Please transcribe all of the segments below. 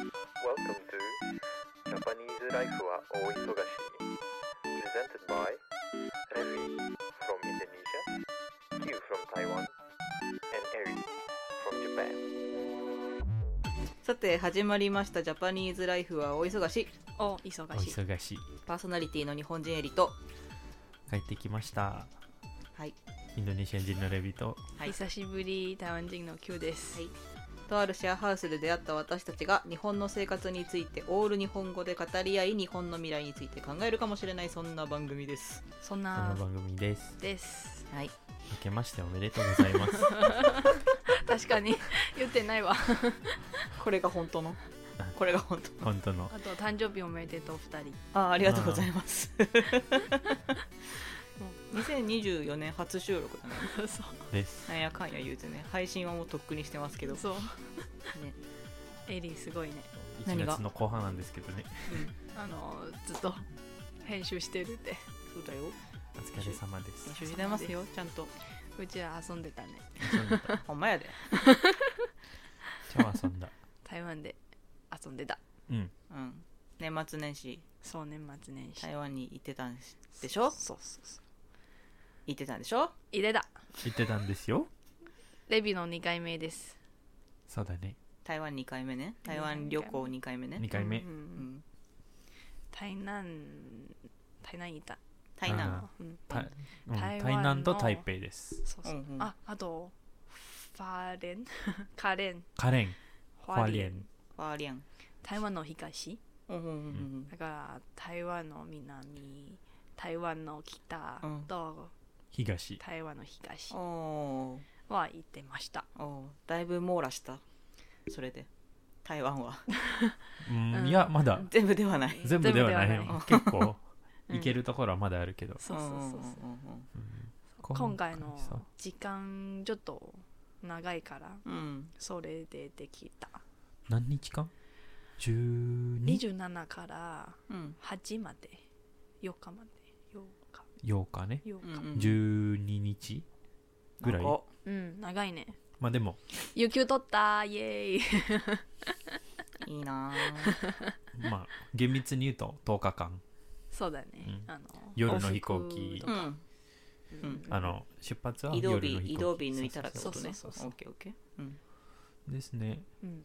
Welcome to Japanese Life は大忙し Presented by Revi from Indonesia, Q from Taiwan, and Eri from Japan. さて始まりましたジャパニーズライフは大忙しお忙しい。 忙しい。 パーソナリティの日本人エリと帰ってきました。 はいインドネシア人のレビと。 はい、 久しぶり台湾人の Q です。 はい、とあるシェアハウスで出会った私たちが日本の生活についてオール日本語で語り合い日本の未来について考えるかもしれないそんな番組です。 そんな番組です。 はい、 明けましておめでとうございます。 確かに言ってないわ。 これが本当のこれが本当本当の。 あと誕生日おめでとう2人。 ありがとうございます。2024年初収録だね。 そうです。 なんやかんや言うてね、配信はもうとっくにしてますけど。 そう。 ね、 エリーすごいね。 1月の後半なんですけどね。 ずっと編集してるって。 そうだよ。 お疲れ様です。 編集してますよ、ちゃんと。 うちは遊んでたね。 ほんまやで。 超遊んだ。 台湾で遊んでた。 うん。 年末年始。 そう、年末年始。 台湾に行ってたんでしょ。 そう。 行ってたんでしょ。 入れた。 行ってたんですよ。 レビの2回目です。 そうだね。 台湾2回目ね。台湾旅行2回目ね。 2回目。 台南いた。 台南、 台南と台北です。 そう、あとカレンファリェン台湾の東、だから台湾の南、台湾の北と東、 台湾の東は行ってました。 だいぶ網羅した。それで台湾は、 いやまだ全部ではない。 全部ではないよ。結構行けるところはまだあるけど、 そう今回の時間ちょっと長いから、それでできた。 何日間 ？27から8まで、8日まで、 8日ね、12日ぐらい。 長いね。 まあでも有給取った、イエーイ。 いいな。 まあ厳密に言うと10日間。 そうだね、 夜の飛行機、出発は夜の飛行機、 移動日抜いたらってことね。 そうオッケーオッケー。 ですね。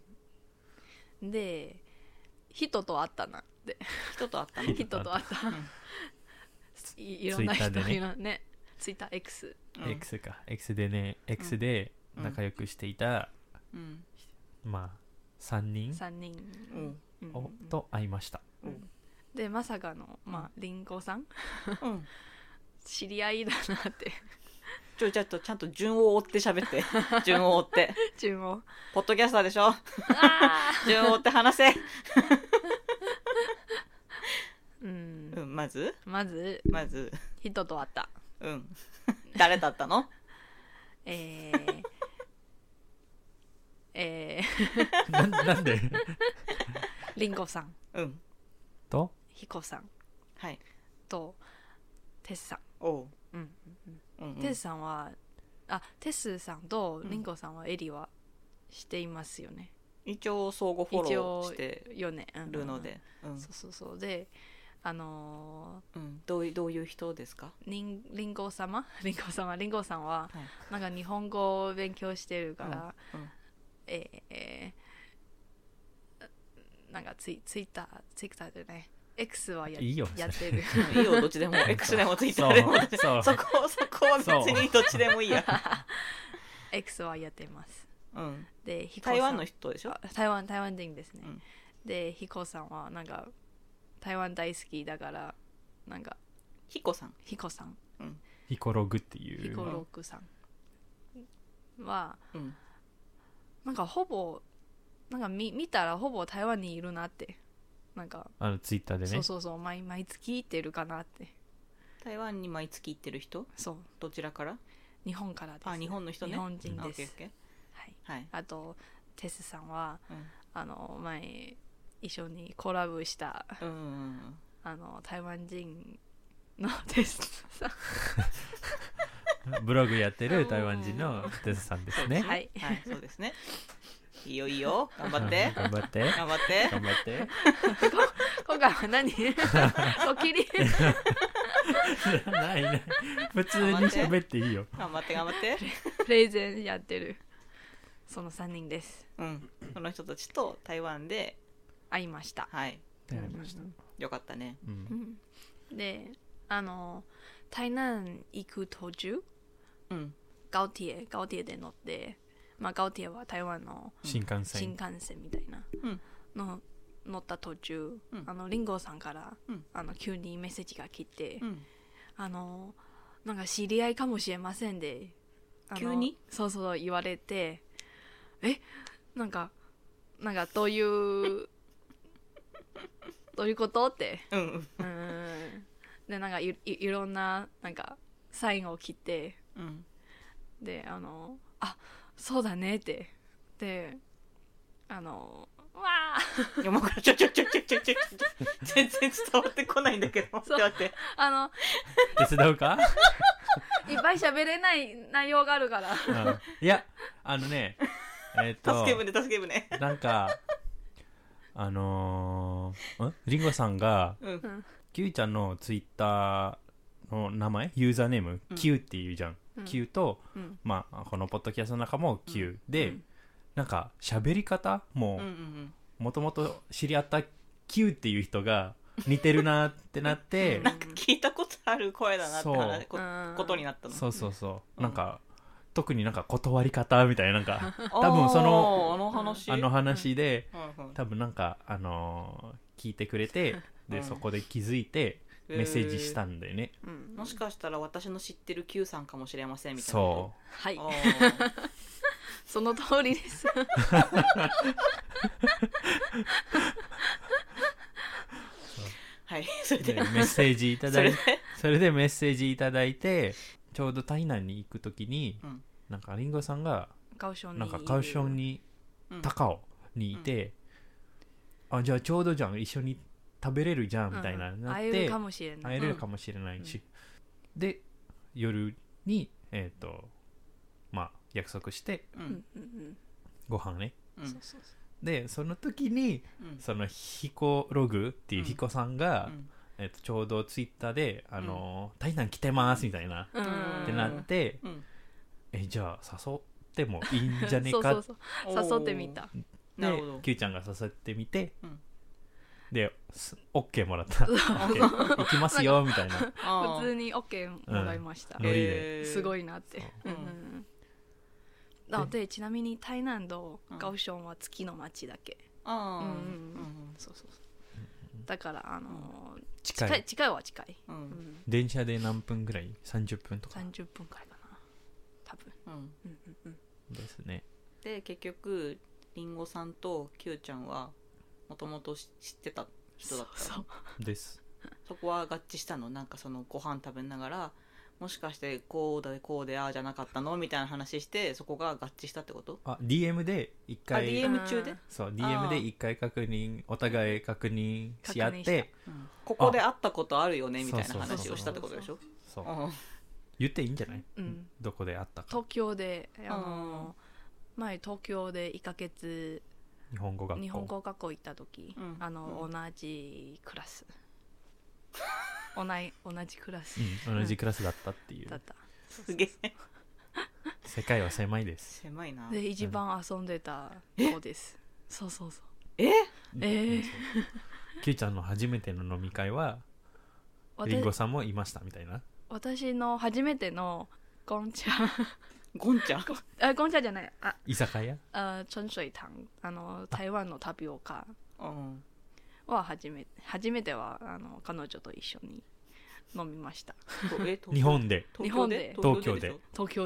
で人と会ったなって。 人と会ったいろんな人いるね。ツイッター X か X でね、X で仲良くしていたまあ3人と会いました。 でまさかのリンゴさん知り合いだなって。 ちょっとちゃんと順を追って喋って。順を追ってポッドキャスターでしょ。順を追って話せ。まず人と会った。 誰だったの？ なんでリンゴさんとヒコさんはいとテスさん。テスさんはテスさんとリンゴさんはエリはしていますよね。 一応相互フォローしてるので。 そうでどういう人ですか？リンゴさんはなんか日本語を勉強してるから、なんかツイッターでね、X はやってる。いいよどっちでも。X でもツイッターでも。そこは別にどっちでもいいや。 X はやってます。で台湾の人でしょ？ 台湾人ですね。でヒコさんはなんか台湾大好きだからなんかヒコさん、 ヒコログっていうヒコログさんは、なんかほぼなんか見たらほぼ台湾にいるなって。なんかツイッターでね。 そう毎月行ってるかなって。 台湾に毎月行ってる人？そう。どちらから？ 日本からです。 日本の人ね。 日本人です。 はい。 あとテスさんは、前一緒にコラボした、台湾人のテスさん。 ブログやってる台湾人のテスさんですね。 はい、そうですね。 いいよいいよ、頑張って頑張って頑張って頑張って今回は何おきりない普通に喋っていいよ。 頑張って頑張ってプレゼンやってるその3人です。 その人たちと台湾で会いました。 はい、 やりました。 よかったね。 で台南行く途中、高鐵で乗って、高鐵は台湾の新幹線みたいなの乗った途中、リンゴさんから、急にメッセージが来て、なんか知り合いかもしれませんで、 急にそう言われて、なんかどういうことって、でなんかいろんななんかサインを切って、でそうだねってでわいやもう全然伝わってこないんだけど、 そうだって手伝うかいっぱい喋れない内容があるからいや助け舟なんかリンゴさんが、キューちゃんのツイッターの名前ユーザーネーム、キューっていうじゃん、キューと、このポッドキャストの中もキュー、で、なんか喋り方もともと知り合ったキューっていう人が似てるなってなってなんか聞いたことある声だなってことになったの。 そうなんか特になんか断り方みたいな、なんか多分その話で多分なんか聞いてくれて、でそこで気づいてメッセージしたんだよね。 もしかしたら私の知ってる Q さんかもしれませんみたいな。 そうはいその通りですはい、それでメッセージいただいてそれでメッセージいただいて、ちょうど台南に行くときに、なんかリンゴさんがなんか高雄に高尾にいて、じゃあちょうどじゃん一緒に食べれるじゃんみたいななって、 会えるかもしれないし、で夜に約束してご飯ね、でその時に、そのヒコログっていうヒコさんが、ちょうどツイッターで台南来てますみたいな、ってなって、じゃあ誘ってもいいんじゃねえか誘ってみた。 なるほど。 キューちゃんが誘ってみて、で OK もらった。行きますよみたいな。 普通に OK もらいました。 ノリですごいなって。でちなみに台南と高雄は月の町だけ。そうだから近いは近い。 電車で何分ぐらい？30分とか。 30分くらいかな多分。 ですね。 で結局リンゴさんとキューちゃんはもともと知ってた人だった。 そうです。 そこは合致したの？なんかそのご飯食べながらもしかしてこうでじゃなかったのみたいな話して、そこが合致したってこと？ DM で一回。 DM 中で？ そう DM で一回お互い確認し合って、 ここで会ったことあるよねみたいな話をしたってことでしょ？ そう。言っていいんじゃない？どこで会ったか。 東京で前東京で1ヶ月日本語学校行った時、同じクラス同じクラス、 同じクラスだったっていう。 だった。 すげえ。 世界は狭いです。 狭いな。 で一番遊んでた子です。そう。 キューちゃんの初めての飲み会はリンゴさんもいましたみたいな。 私の初めてのゴンチャゴンチャじゃない、 居酒屋？ 春水堂、台湾のタピオカは初めては彼女と一緒に飲みました。 日本で東京で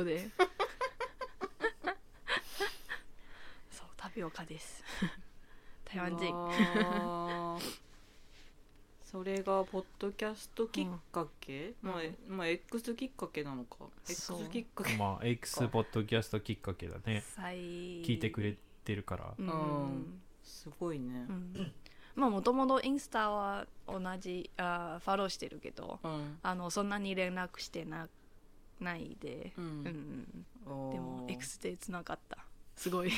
そうタピオカです台湾人それがポッドキャストきっかけ、X きっかけなのか。X きっかけ、 X ポッドキャストきっかけだね。聞いてくれてるから、 すごいね。 もともとインスタは同じフォローしてるけど、そんなに連絡してないで、でも X でつながった。 すごい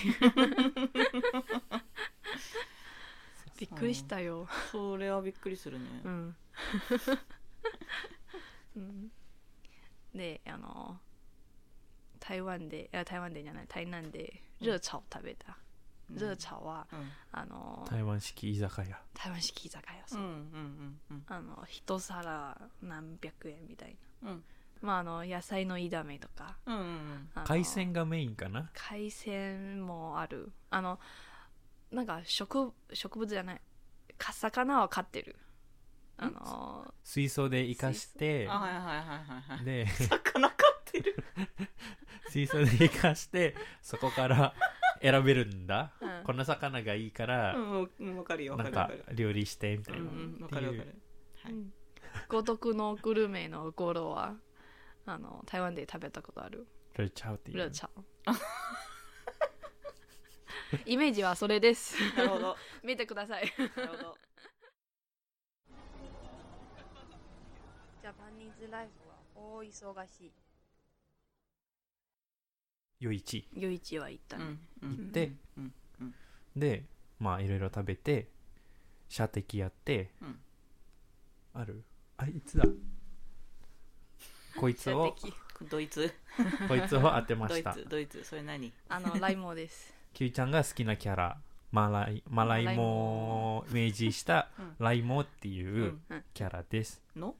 びっくりしたよ。 それはびっくりするね。 うん、うん、で台湾でじゃない台南で熱炒食べた。熱炒は、 台湾式居酒屋。 台湾式居酒屋、そう、一皿何百円みたいな、まあ野菜の炒めとか、 海鮮がメインかな。 海鮮もある。なんか植物じゃない、魚は飼ってる。 水槽で生かして、で魚飼ってる水槽で生かしてそこから選べるんだ、こんな魚がいいから、 分かるよ、 なんか料理してみたいな、 分かる分かる、 孤独のグルメのゴロは台湾で食べたことある。 熱炒っていう。 熱炒イメージはそれです。 なるほど見てください。 なるほど。 ジャパニーズライフは大忙しい。 夜市は行ったね、 行って、でまあいろいろ食べて射的やって、あいつだこいつをドイツこいつを当てました。 ドイツそれ何？ ライモです。 キュウちゃんが好きなキャラマライモをイメージしたライモっていうキャラです。 の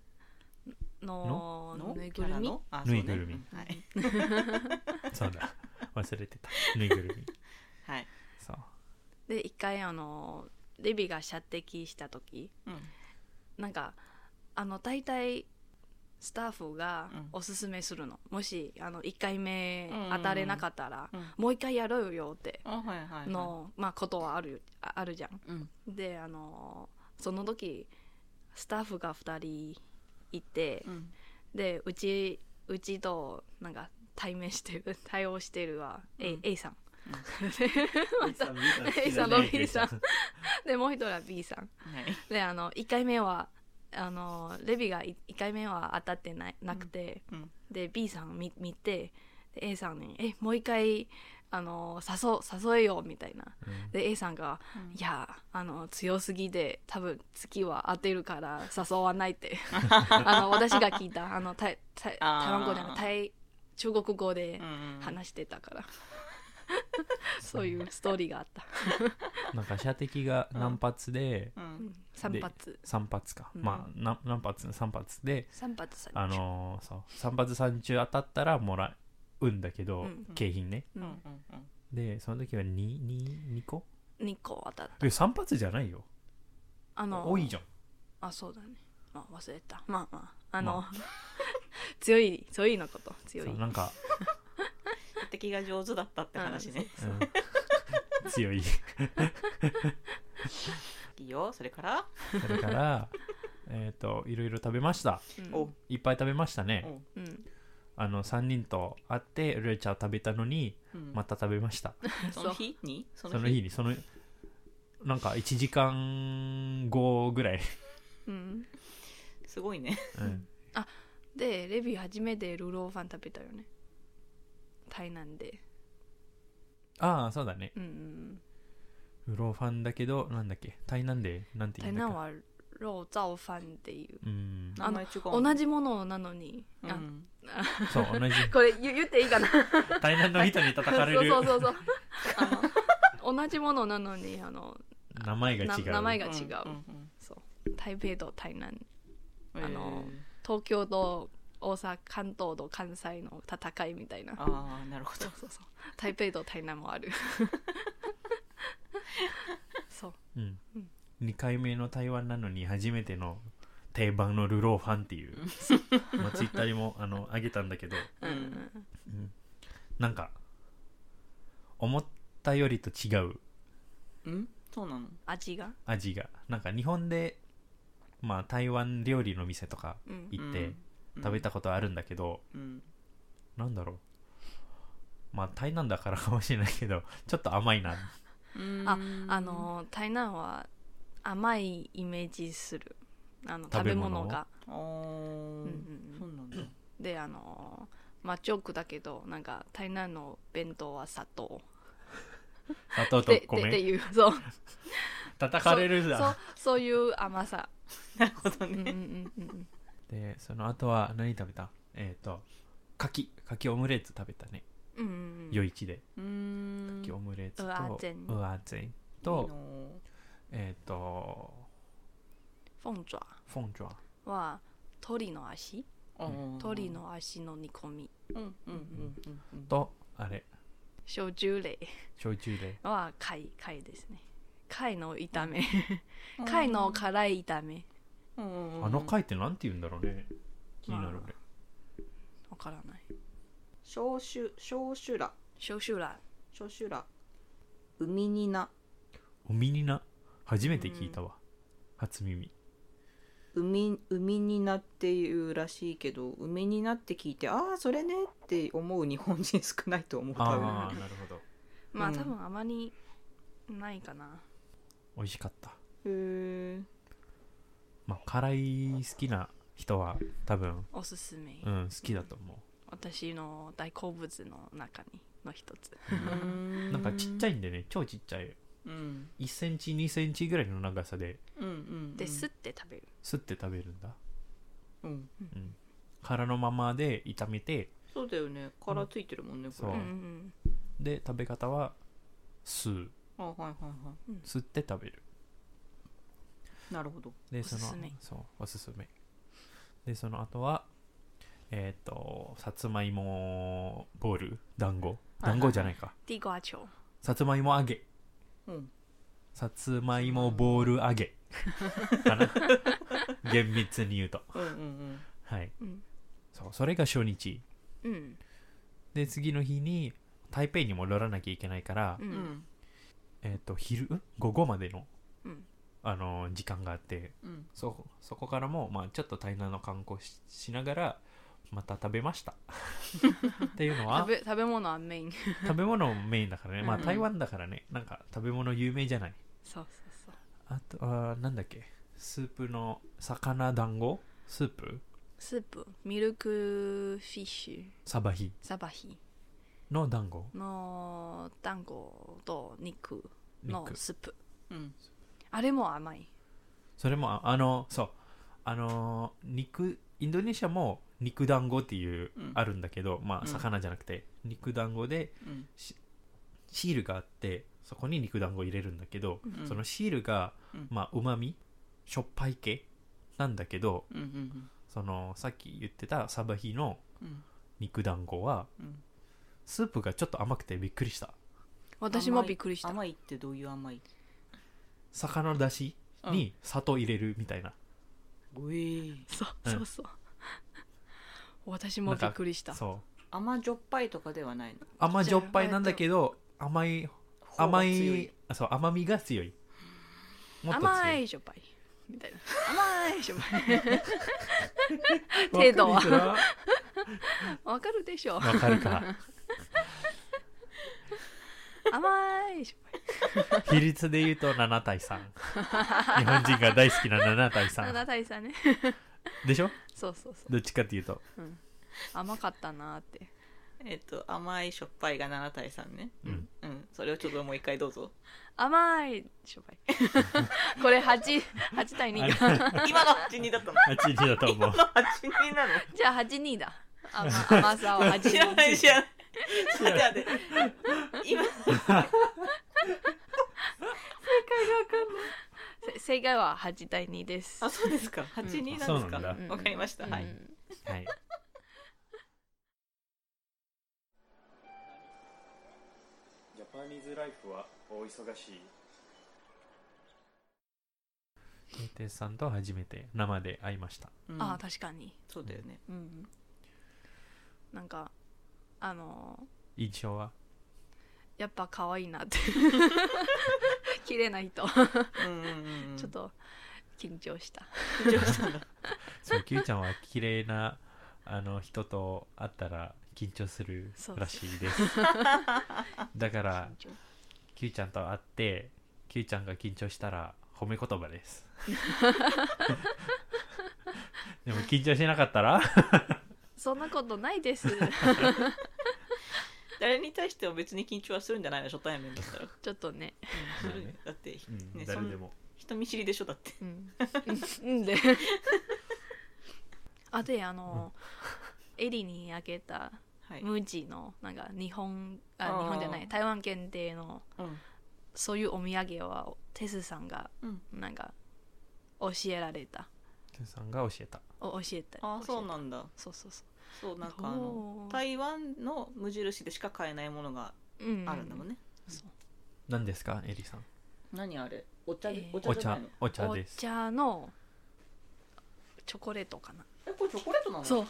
ぬいぐるみ？ ぬいぐるみ。はい。そうだ。忘れてた。ぬいぐるみ。 はい。 そう。で一回レビが射的した時、なんか大体スタッフがおすすめするの。もし1回目当たれなかったら、もう1回やろうよってのまあことはあるじゃん。でその時スタッフが2人いて、でうちとなんか対応してるは A さん。A さんと B さんでもう一人は B さん、で1回目はレビが1回目は当たってなくて、で B さん見て、で A さんにもう一回誘えよみたいな、で A さんが、いや強すぎで多分次は当てるから誘わないって私が聞いた台湾語じゃない中国語で話してたから、そういうストーリーがあったなんか射的が何発で、 3発か、まあ何発3発で 3発そう3発3中当たったらもらうんだけど、景品ね、でその時は2個当たった。 3発じゃないよ、多いじゃん。 そうだね、忘れた。まあ強いのこと強い、 なんか敵が上手だったって話ね。 強いいいよ。それからいろいろ食べました、いっぱい食べましたね。3人と会ってルーチャーを食べたのに、また食べました。 その日になんか1時間後ぐらいすごいね。 でレビ初めてルローファン食べたよね、台南で。 そうだね、ルローファンだけどなんだっけ、台南でなんて言うんだっけ。 台南はローザオファンっていう、 同じものなのに、 そう同じこれ言っていいかな台南の人に叩かれるそう同じものなのに名前が違う、 そう台北と台南、東京と大阪、関東と関西の戦いみたいな。 なるほど。 そう台北と台南もあるそう、 2回目の台湾なのに初めての定番のルローファンっていうツイッターにもあげたんだけど、なんか思ったよりと違う。 そうなの？ 味がなんか日本で台湾料理の店とか行って食べたことあるんだけど、なんだろう、台南だからかもしれないけどちょっと甘いな。 台南は甘いイメージする食べ物が。 そうなんだ。 でマチョークだけどなんか台南の弁当は砂糖砂糖とって米いうそう叩かれるそういう甘さ。 なるほどうんうんね。 うんでその後は何食べた？柿オムレツ食べたね。 うんうんうん。 夜市でうーん。 柿オムレツとウアーゼンウアーゼンいいとのフォンジフォンジュアャは鳥の足、 うん鳥の足の煮込み、 うんうんうんうんとあれ焼酎類焼酎では貝ですね。貝の炒め貝の辛い炒め。 うんあの貝ってなんて言うんだろうね。気になるね。 わからない。 消臭ら焼酎ら海にな海にな初めて聞いたわ。初耳。 海になっていうらしいけど、海になって聞いて、ああそれねって思う日本人少ないと思う。多分ああなるほど。 まあうん多分あまりないかな。 美味しかった。 へえ。 まあ辛い好きな人は多分おすすめ、 好きだと思私の大好物の中にの一つ。 う。なんかちっちゃいんでね、超ちっちゃい。 うん 1センチ2センチぐらいの長さでうんうんで吸って食べる。 すって食べるんだ。 うん殻のままで炒めて、 そうだよね。殻ついてるもんねこれ。 そううんで食べ方は吸う。 あはいはいは吸って食べる。 い。なるほど。 でおすすめそうおすすめでその後はさつまいもボール団子じゃないか、 地瓜球。 さつまいも揚げ、 うんさつまいもボール揚げかな厳密に言うとうんうんはい、 うんそれが初日うんで次の日に台北に戻らなきゃいけないからう、 うんん午後までの、 うん時間があってうんそこからも、まあ、ちょっと台南の観光しながらまた食べましたっていうのは食べ物はメイン。 食べ物メインだからね、まあうん台湾だからね、なんか食べ物有名じゃない。 そうそうあとなんだっけ、スープの魚団子スープスープミルクフィッシサバヒュサバヒの団子の団子と肉の肉スープ。 うんあれも甘い。 それも肉インドネシアも肉団子っていう、 うんあるんだけど、まあうん魚じゃなくて肉団子でうんシールがあってそこに肉団子入れるんだけど、 うんそのシールが、 うんまあうまみしょっぱい系なんだけど、 うんうんそのさっき言ってたサバヒのうん肉団子はうんスープがちょっと甘くてびっくりした。 私もびっくりした。 甘いってどういう甘い？ 魚の出汁に砂糖入れるみたいな、 うえそうそう。私もびっくりした。 そう甘じょっぱいとかではないの？ 甘じょっぱいなんだけど甘みが強い。もっと強甘いしょっぱいみたいな。甘いしょっぱい。程度はわかるでしょ。 わかるか甘いしょっぱい。 比率で言うと7対3日本人が大好きな7対3 7対3ね。 でしょ。 そうそうそう。 どっちかっていうと甘かったなーって。 甘いしょっぱいが7対3ね。 うんうんそれをちょっともう一回どうぞ。 甘いしょっぱい。これ8対2か。 今の8-2だったの？ 8だと思う。 今の8-2なの？ じゃあ8-2だ。甘さを8-2。 知らない知らない。待って今正解は8対2です。 あそうですか。8-2なんですそうなんだか。わかりました。はい。 はい。ジャパニーズライフは大忙しい。ケイテさんと初めて生で会いました。 うんああ確かに。 そうだよね。 うん。なんか印象はやっぱ可愛いなって。綺麗な人。 うんちょっと緊張した。 緊張したんだ。 そうキューちゃんは綺麗な人と会ったら緊張するらしいです。だから緊張キューちゃんと会ってキューちゃんが緊張したら褒め言葉です。でも緊張しなかったらそんなことないです。 誰に対しても別に緊張はするんじゃないの、初対面だったら。 ちょっとね、 するだって、ね、 誰でも人見知りでしょだって。 ででエリにあげた無地のなんか日本じゃない台湾限定の、そういうお土産はテスさんがなんか教えられた。 テスさんが教えた。 そうなんだ。そうなんか台湾の無印でしか買えないものがあるんだもんね。 何ですかエリさん。 何あれ？お茶です。 お茶のチョコレートかな。 これチョコレートなの？ そう。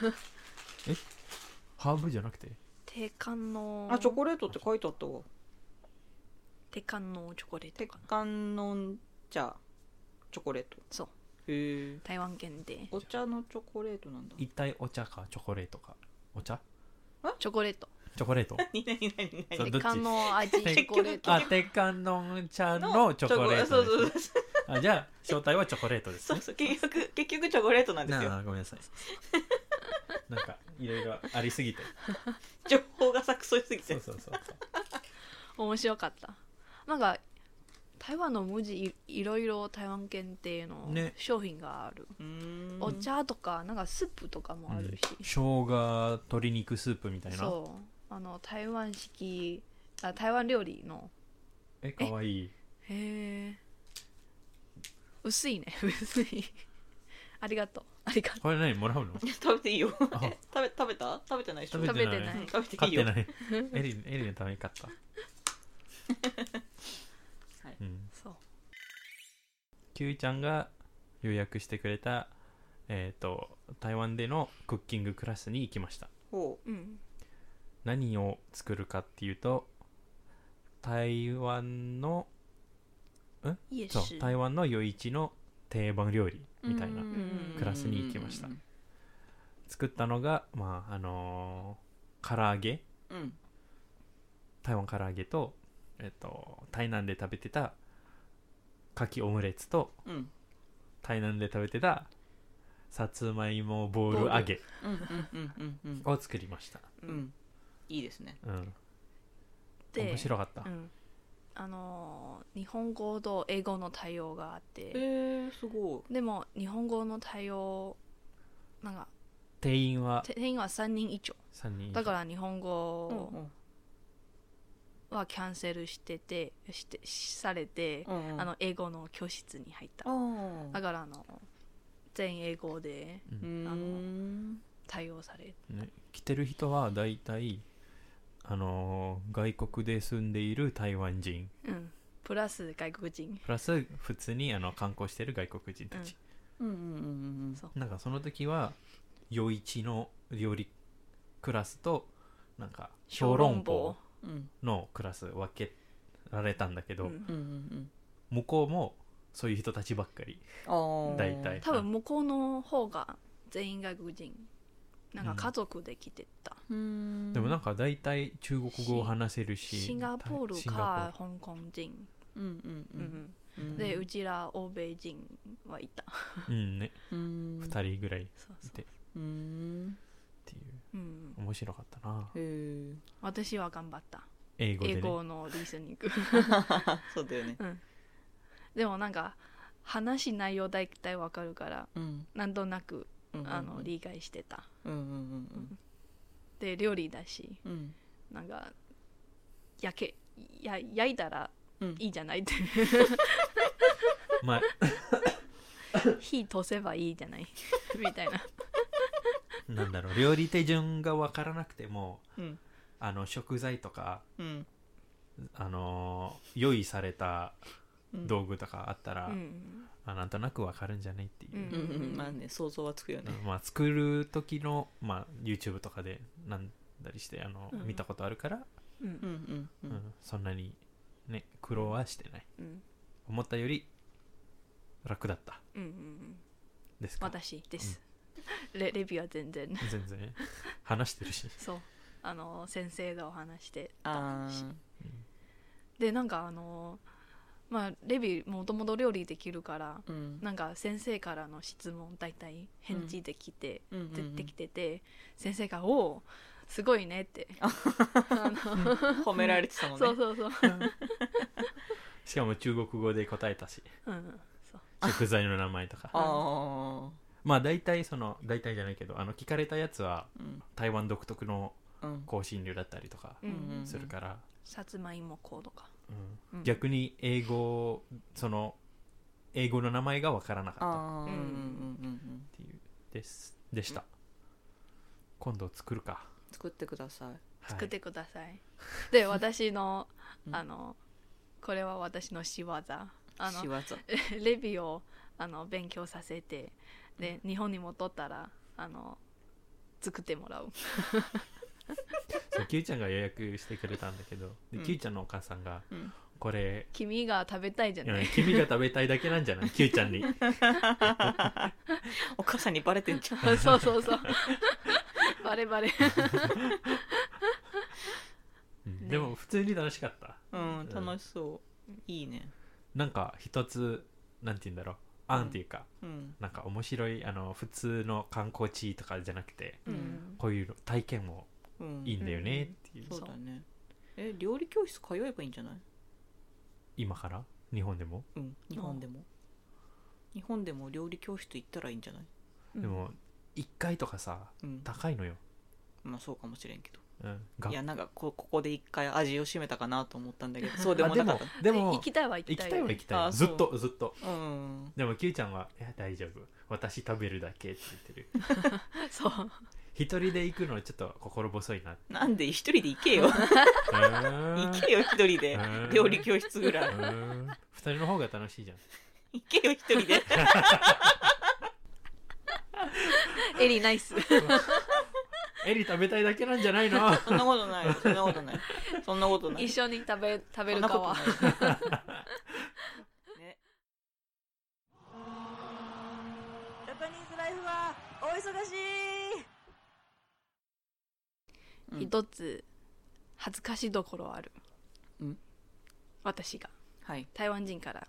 ハーブじゃなくて？ テカンのチョコレートって書いてあったわ。 テカンのチョコレートかな。テカンの茶チョコレート。 そう。 へえ。 台湾限定。 お茶のチョコレートなんだ。 一体お茶かチョコレートか。お茶？ チョコレート。 チョコレート。 何？テカンの味チョコレート。 テカンの茶のチョコレートです。じゃあ正体はチョコレートです。 そう結局チョコレートなんですよ。 ごめんなさい。なんかいろいろありすぎて。 情報が錯綜しすぎて。 そう。 面白かった。なんか台湾の無地いろいろ台湾限定の商品がある。お茶とかなんかスープとかもあるし。 生姜鶏肉スープみたいな。 そう。台湾式台湾料理の。 かわいい。 へえ。薄いね薄い。ありがとう。 これ何もらうの？ 食べていいよ。食べた？食べてないでしょ？ 食べてない。 食べていいよ。 エリのために買った。 はい。そう。 キュウちゃんが予約してくれた台湾でのクッキングクラスに行きました。何を作るかっていうと台湾の夜市の定番料理みたいなクラスに行きました。作ったのが唐揚げ、台湾唐揚げと台南で食べてたかきオムレツと、台南で食べてたさつまいもボール揚げを作りました。 いいですね。 面白かった。 日本語と英語の対応があって、 すごい。 でも日本語の対応なんか定員は 3人以上だから日本語はキャンセルされて、英語の教室に入った。だから全英語で対応される、 来てる人はだいたい外国で住んでいる台湾人、 プラス外国人プラス普通に観光してる外国人たち、なんかその時は夜市の料理クラスとなんか小籠包のクラス分けられたんだけど、向こうもそういう人たちばっかり。だいたい多分向こうの方が全員外国人なんか家族で来てた。 でもなんかだいたい中国語を話せるしシンガポールか香港人でうちら欧米人はいた。 2人ぐらいいてっていう面白かったな。 私は頑張った。 英語のリスニング。 そうだよね。 でもなんか話内容大体わかるからなんとなく理解してた。で料理だし、なんか焼いたらいいじゃないって、火通せばいいじゃないみたいな。 なんだろう、料理手順が分からなくても、食材とか、用意された道具とかあったら、なんとなく分かるんじゃないっていう、 まあね、想像はつくよね。 作る時の、YouTube とかでなんだりして見たことあるから、そんなにね苦労はしてない、思ったより楽だった、ですか。 私です、レビューは全然話してるしそう先生と話してたし、でなんかレビューもともと料理できるから、なんか先生からの質問大体返事できて、出てきてて、先生が「おおすごいねって褒められてたもんね。 そうそうそうしかも中国語で答えたし、 そう食材の名前とか。 あまあ大体じゃないけど、聞かれたやつは台湾独特の香辛料だったりとかするから、 さつまいも粉とか、 逆に英語の名前が分からなかったっていうでした。今度作るか。 作ってください。 作ってください。で、私のこれは私の仕業。レビを勉強させて、で日本に戻ったら作ってもらう。 そうキューちゃんが予約してくれたんだけど、でキューちゃんのお母さんが、これ君が食べたいじゃない。 君が食べたいだけなんじゃないキューちゃんに。 お母さんにバレてんじゃん。 そうそうそうバレバレでも普通に楽しかった。 楽しそう。いいね。 なんか一つなんて言うんだろう、案っていうか、なんか面白い普通の観光地とかじゃなくて、こういう体験もいいんだよねっていう。 そうだね。料理教室通えばいいんじゃない？ 今から日本でも？ 日本でも料理教室行ったらいいんじゃない？ でも1回とかさ、高いのよ。 まあそうかもしれんけど。 いやなんかここで一回味を占めたかなと思ったんだけど、そうでもなかった。 でも行きたいは行きたいずっとでもキューちゃんは「いや大丈夫、私食べるだけ」って言ってる。 そう一人で行くのはちょっと心細いなって。 なんで一人で行けよ行けよ一人で料理教室ぐらい。 2人の方が楽しいじゃん。 行けよ一人でエリナイスエリ食べたいだけなんじゃないの？ そんなことないそんなことないそんなことない。 一緒に食べるかはね。ジャパニーズライフはお忙しい。 一つ恥ずかしいところある。私が、台湾人から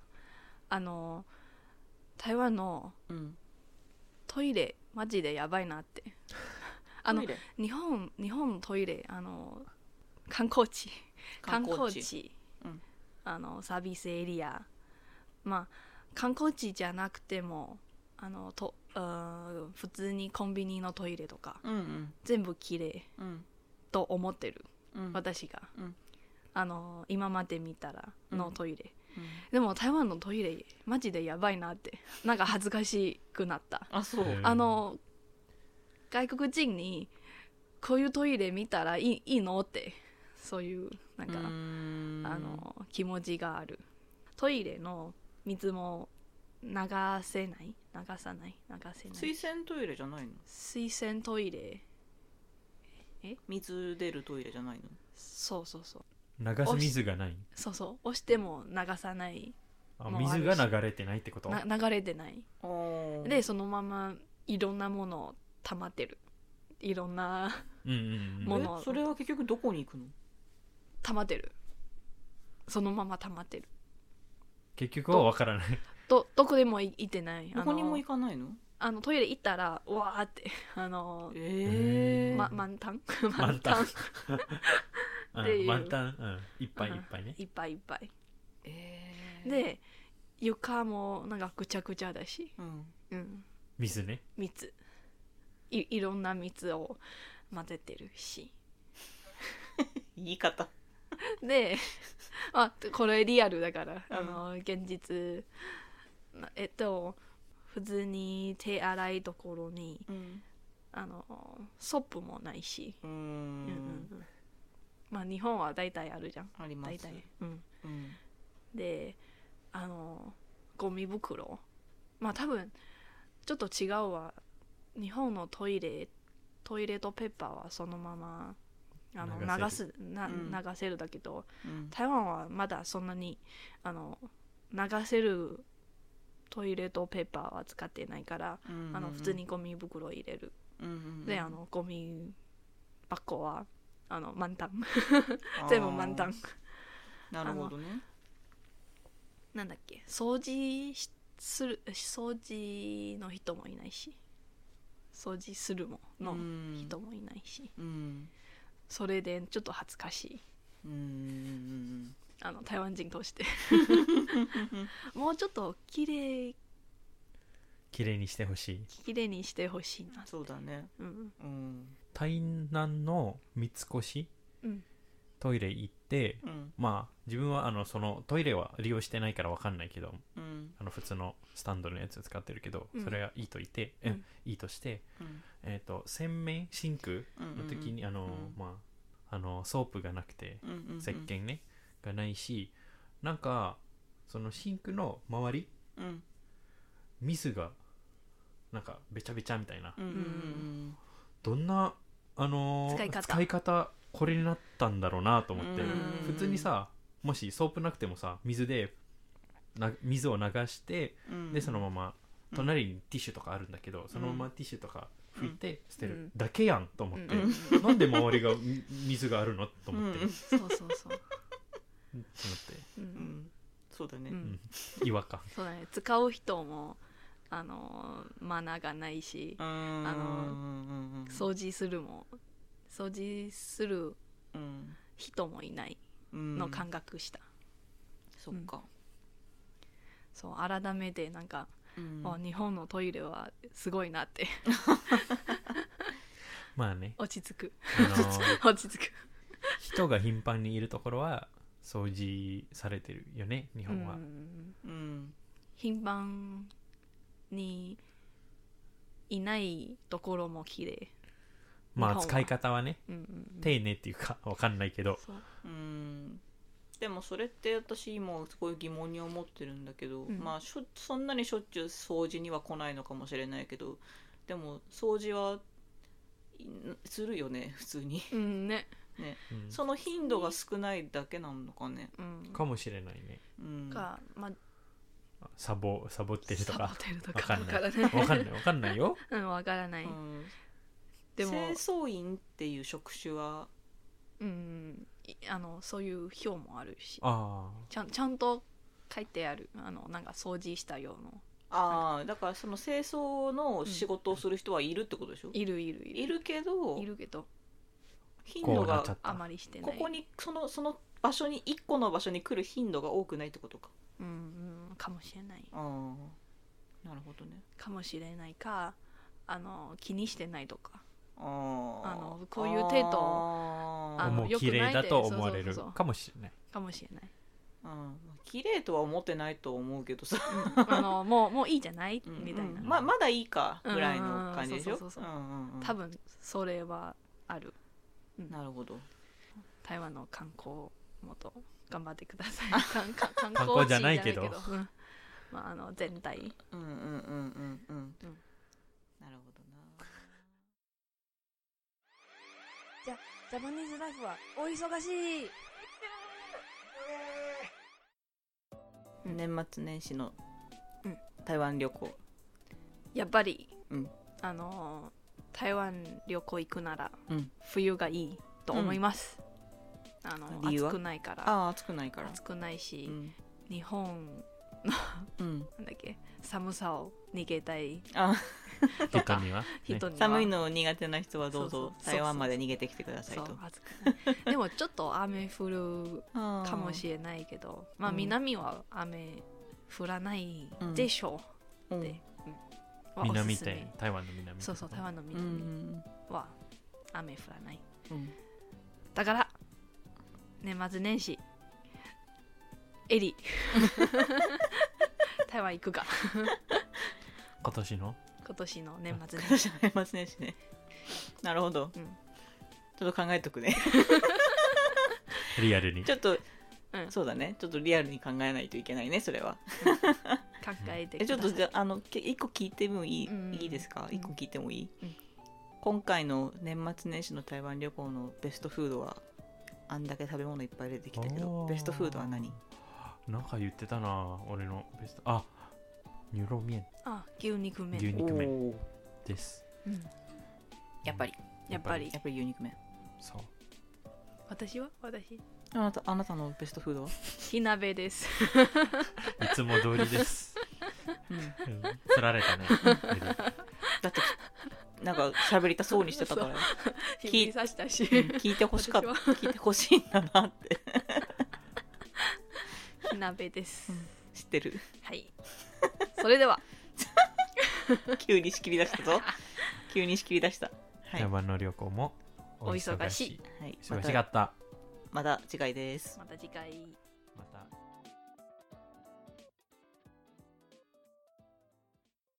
台湾のトイレマジでやばいなって日本のトイレ観光地、サービスエリア、まあ観光地じゃなくても普通にコンビニのトイレとか、全部きれいと思ってる、私が、今まで見たらのトイレ、でも台湾のトイレマジでやばいなって、なんか恥ずかしくなった。外国人にこういうトイレ見たらいいのって、そういうなんか気持ちがある。トイレの水も流さない。 水洗トイレじゃないの？ 水洗トイレ、 水出るトイレじゃないの？ そう流す水がない。 押しても流さない。 水が流れてないってこと？ 流れてない。でそのままいろんなもの溜まってる。いろんなもの、 それは結局どこに行くの？ 溜まってる。そのまま溜まってる。 結局は分からない。 どこでも行ってない。 どこにも行かないの？ トイレ行ったらわーって満タン満タン、いっぱいいっぱいね。 いっぱいで床もなんかぐちゃぐちゃだし、 水ね。 いろんな蜜を混ぜてるし言い方で、これリアルだから、現実普通に手洗いところに、ソープもないし、まあ日本は大体あるじゃん。 あります。 大体、でゴミ袋、まあ多分ちょっと違うわ。日本のトイレットペーパーはそのまま流せるだけど、台湾はまだそんなに流せるトイレットペーパーは使ってないから、普通にゴミ袋入れる、でゴミ箱は満タン全部満タン。 なるほどね。 なんだっけ、掃除の人もいないし、掃除するの人もいないし、 それでちょっと恥ずかしい。台湾人としてもうちょっと綺麗にしてほしい。 綺麗にしてほしいな。 そうだね。 台南の三越、トイレ行って、まあ自分はそのトイレは利用してないから分かんないけど、普通のスタンドのやつ使ってるけど、それはいいといて、いいとして、洗面シンクの時にまあソープがなくて、石鹸ねがないし、なんかそのシンクの周り、水がなんかべちゃべちゃみたいな、どんな使い方これになったんだろうなと思って、普通にさ、もしソープなくてもさ、水を流して、でそのまま隣にティッシュとかあるんだけど、そのままティッシュとか拭いて捨てるだけやんと思って、なんで周りが水があるのと思って、 そうそうそうそうだね、 違和感。 そうだね、使う人もマナーがないし、掃除する人もいないの感覚した。 そっか。 そう改めてなんか、日本のトイレはすごいなってまあね、 落ち着く人が頻繁にいるところは掃除されてるよね、日本は。 頻繁にいないところも綺麗。 まあ使い方はね、丁寧っていうかわかんないけど、 でもそれって私もすごい疑問に思ってるんだけど、まあそんなにしょっちゅう掃除には来ないのかもしれないけど、でも掃除はするよね普通に。 ね、 その頻度が少ないだけなのかね。 かもしれないね。 まあサボってるとかわかんないよ。 わからない。 でも清掃員っていう職種はそういう表もあるし、ちゃんと書いてある、なんか掃除したような。 だからその清掃の仕事をする人はいるってことでしょ。 いるけど頻度があまりしてない。 ここにその場所に1個の場所に来る頻度が多くないってことか。 かもしれない。 なるほどね。 かもしれないか、気にしてないとか、こういう程度もう綺麗だと思われるかもしれない。 綺麗とは思ってないと思うけどさ、 もういいじゃないみたいな、 まだいいかぐらいの感じでしょ。 多分それはある。 なるほど。 台湾の観光もっと頑張ってください。 観光じゃないけど、 全体。 なるほどな。 ジャパニーズライフはお忙しい。 年末年始の台湾旅行、 やっぱり、台湾旅行行くなら、冬がいいと思います。暑くないから。 暑くないし、日本のなんだっけ、寒さを逃げたい人には寒いの苦手な人はどうぞ台湾まで逃げてきてくださいと。 でもちょっと雨降るかもしれないけど、南は雨降らないでしょうって。 南って台湾の南。 そう台湾の南は雨降らない。だから年末年始エリ台湾行くか。 今年の年末年始。 年末年始ね。なるほど。ちょっと考えとくね。 リアルに。 ちょっと、そうだね。ちょっとリアルに考えないといけないね、それは。 考えてください。 ちょっとじゃ一個聞いてもいいですか？一個聞いてもいい？今回の年末年始の台湾旅行のベストフードは、あんだけ食べ物いっぱい出てきたけど、ベストフードは何？ なんか言ってたな、俺のベスト。ニューロミェン。 牛肉麺です。 やっぱり牛肉麺。 そう。 私あなたのベストフードは火鍋です。 いつも通りです。釣られたね。 だってなんか喋りたそうにしてたから日々さしたし、 聞いてほしかった聞いてほしいんだなって火鍋です、 知ってる。 はいそれでは急に仕切り出したぞ急に仕切り出した。 ジャパンの旅行もお忙しい、 はい、 忙しかった。 また次回です。 また次回。 また